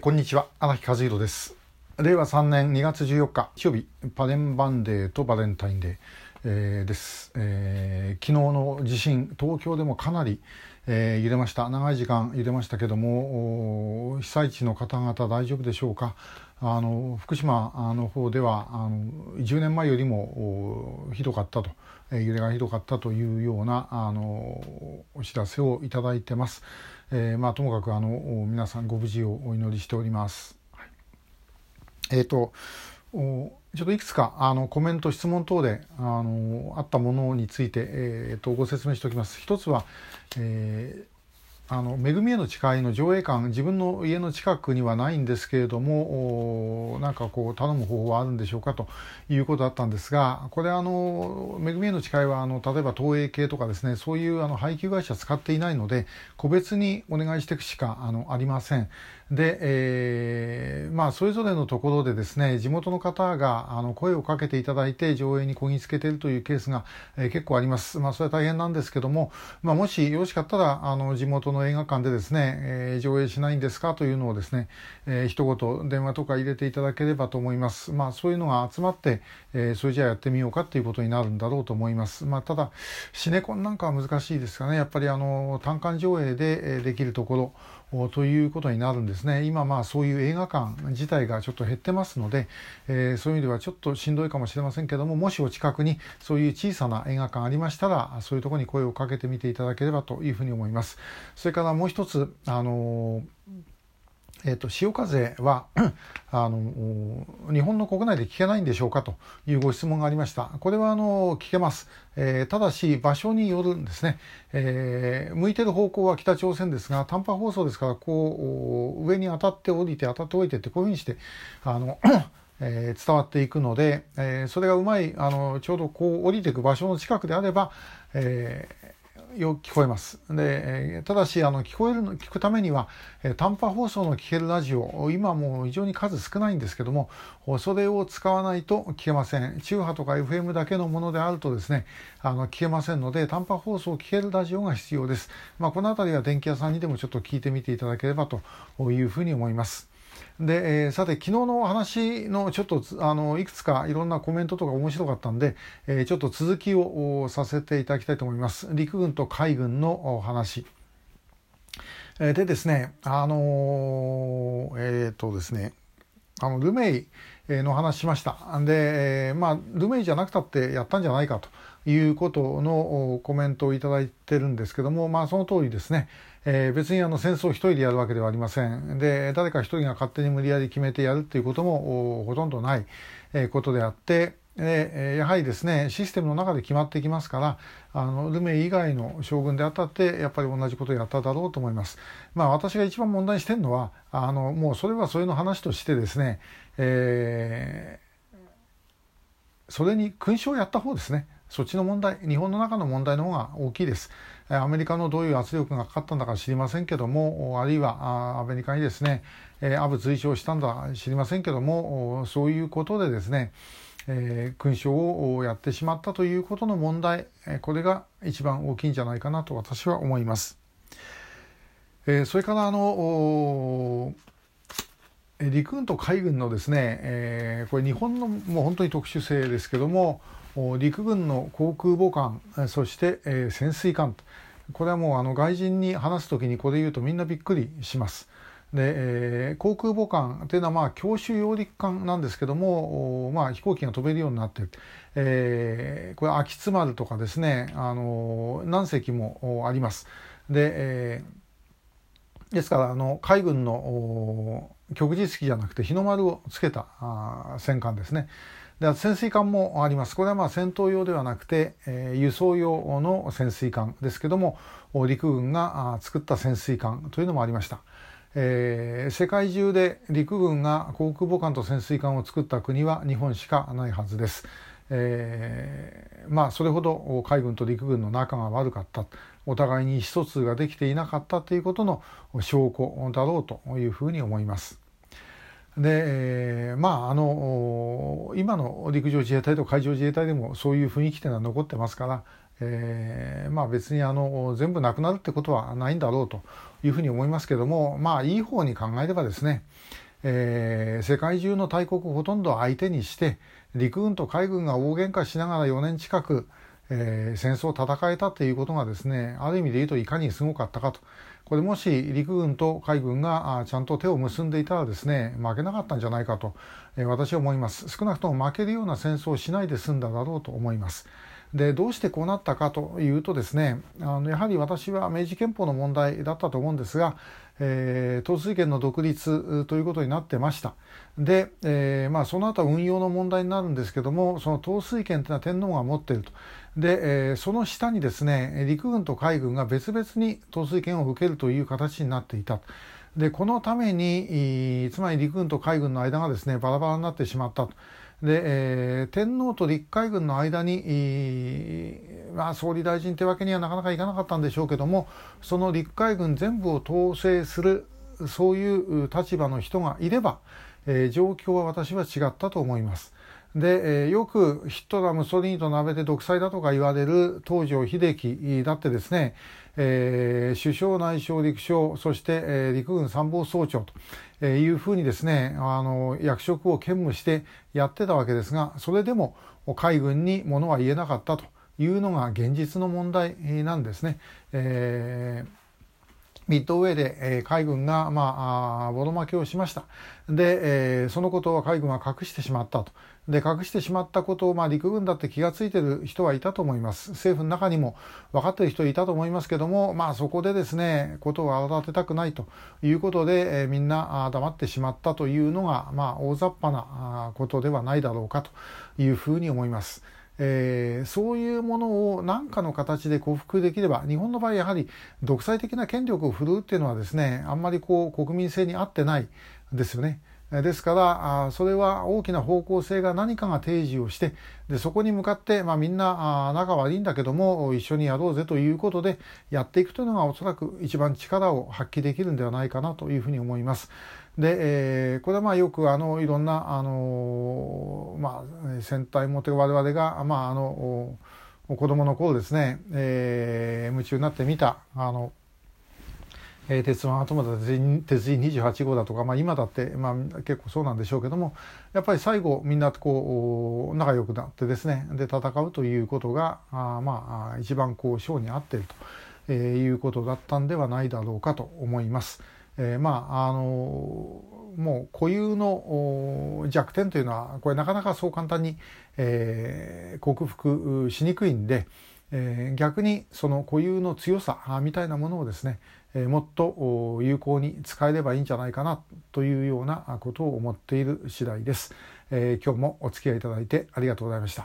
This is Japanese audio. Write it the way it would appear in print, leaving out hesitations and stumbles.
こんにちは、荒木和弘です。令和3年2月14日、日曜日、パレンバンデーとバレンタインデー、です。昨日の地震、東京でもかなり、揺れました。長い時間揺れましたけども、被災地の方々大丈夫でしょうか。福島の方では10年前よりもひどかったと、揺れがひどかったというようなお知らせをいただいてます。ともかく皆さんご無事をお祈りしております。ちょっといくつかコメント質問等であったものについて、ご説明しておきます。一つは、恵みへの誓いの上映館、自分の家の近くにはないんですけれども、なんかこう頼む方法はあるんでしょうかということだったんですが、これ恵みへの誓いは例えば東映系とかですね、そういう配給会社使っていないので、個別にお願いしていくしかありません。で、それぞれのところでですね、地元の方が声をかけていただいて上映にこぎつけているというケースが、結構あります。それは大変なんですけども、もしよろしかったら地元の映画館でですね、上映しないんですかというのをですね、一言電話とか入れていただければと思います。そういうのが集まって、それじゃあやってみようかということになるんだろうと思います。ただシネコンなんかは難しいですかね。やっぱり単館上映でできるところということになるんですね。今そういう映画館自体がちょっと減ってますので、そういう意味ではちょっとしんどいかもしれませんけども、もしお近くにそういう小さな映画館ありましたら、そういうところに声をかけてみていただければというふうに思います。それからもう一つ潮風は日本の国内で聞けないんでしょうかというご質問がありました。これは聞けます。ただし場所によるんですね。向いてる方向は北朝鮮ですが、短波放送ですから、こう上に当たって降りて当たって降りてってこういうふうにして伝わっていくので、それがうまいちょうどこう降りていく場所の近くであれば、よく聞こえます。で、ただし聞くためには短波放送の聞けるラジオ、今もう非常に数少ないんですけども、それを使わないと聞けません。中波とか FM だけのものであるとですね、聞けませんので、短波放送を聞けるラジオが必要です。このあたりは電気屋さんにでもちょっと聞いてみていただければというふうに思います。で、さて昨日のお話のちょっといくつかいろんなコメントとか面白かったんで、ちょっと続きをさせていただきたいと思います。陸軍と海軍のお話でですね、ですね、ルメイの話しました。で、ルメイじゃなくたってやったんじゃないかということのコメントをいただいてるんですけども、その通りですね。別に戦争を一人でやるわけではありません。で、誰か一人が勝手に無理やり決めてやるっていうこともほとんどないことであって、やはりですね、システムの中で決まってきますから、ルメイ以外の将軍であったってやっぱり同じことをやっただろうと思います。私が一番問題してるのはもうそれはそれの話としてですね、それに勲章をやった方ですね。そっちの問題、日本の中の問題の方が大きいです。アメリカのどういう圧力がかかったんだか知りませんけども、あるいはアメリカにですね、アブ追徴したんだ知りませんけども、そういうことでですね、勲章をやってしまったということの問題、これが一番大きいんじゃないかなと私は思います。それから陸軍と海軍のですね、これ日本のもう本当に特殊性ですけども、陸軍の航空母艦、そして、潜水艦、これはもう外人に話すときにこれ言うとみんなびっくりします。で、航空母艦というのは強襲揚陸艦なんですけども、飛行機が飛べるようになっている。これ秋津丸とかですね、何隻もあります。で、ですから海軍の旭日旗じゃなくて日の丸をつけた戦艦ですね。で、潜水艦もあります。これは戦闘用ではなくて、輸送用の潜水艦ですけども、陸軍が作った潜水艦というのもありました。世界中で陸軍が航空母艦と潜水艦を作った国は日本しかないはずです。それほど海軍と陸軍の仲が悪かった、お互いに意思疎通ができていなかったということの証拠だろうというふうに思います。で、今の陸上自衛隊と海上自衛隊でもそういう雰囲気というのは残ってますから、別に全部なくなるってことはないんだろうというふうに思いますけども、いい方に考えればですね、世界中の大国ほとんど相手にして陸軍と海軍が大喧嘩しながら4年近く、戦争を戦えたということがですね、ある意味で言うといかにすごかったかと。これもし陸軍と海軍がちゃんと手を結んでいたらですね、負けなかったんじゃないかと、私は思います。少なくとも負けるような戦争をしないで済んだだろうと思います。で、どうしてこうなったかというとですね、やはり私は明治憲法の問題だったと思うんですが、統帥権の独立ということになってました。で、その後は運用の問題になるんですけども、その統帥権というのは天皇が持っていると。で、その下にですね、陸軍と海軍が別々に統帥権を受けるという形になっていた。で、このために、つまり陸軍と海軍の間がですね、バラバラになってしまったと。で、天皇と陸海軍の間に、総理大臣というわけにはなかなかいかなかったんでしょうけども、その陸海軍全部を統制する、そういう立場の人がいれば、状況は私は違ったと思います。で、よくヒトラー、ムソリーニと並べて独裁だとか言われる東条英機だってですね、首相、内相、陸将、そして、陸軍参謀総長というふうにですね、役職を兼務してやってたわけですが、それでも海軍に物は言えなかったというのが現実の問題なんですね。ミッドウェーで、海軍が、ボロ負けをしました。で、そのことを海軍は隠してしまったと。で、隠してしまったことを、陸軍だって気がついている人はいたと思います。政府の中にも分かっている人いたと思いますけども、そこでですね、ことを荒立てたくないということで、みんな黙ってしまったというのが、大雑把なことではないだろうかというふうに思います。そういうものを何かの形で克服できれば、日本の場合やはり独裁的な権力を振るうっていうのはですね、あんまり国民性に合ってないですよね。ですからそれは大きな方向性が何かが提示をして、でそこに向かって、みんな仲悪いんだけども一緒にやろうぜということでやっていくというのがおそらく一番力を発揮できるんではないかなというふうに思います。で、これはよくいろんな戦隊もという我々が子供の頃ですね、夢中になって見た鉄腕アトムだ鉄人28号だとか、今だって、結構そうなんでしょうけども、やっぱり最後みんな仲良くなってですね、で戦うということが一番性に合っているということだったんではないだろうかと思います。もう固有の弱点というのはこれなかなかそう簡単に、克服しにくいんで、逆にその固有の強さみたいなものをですね、もっと有効に使えればいいんじゃないかなというようなことを思っている次第です。今日もお付き合いいただいてありがとうございました。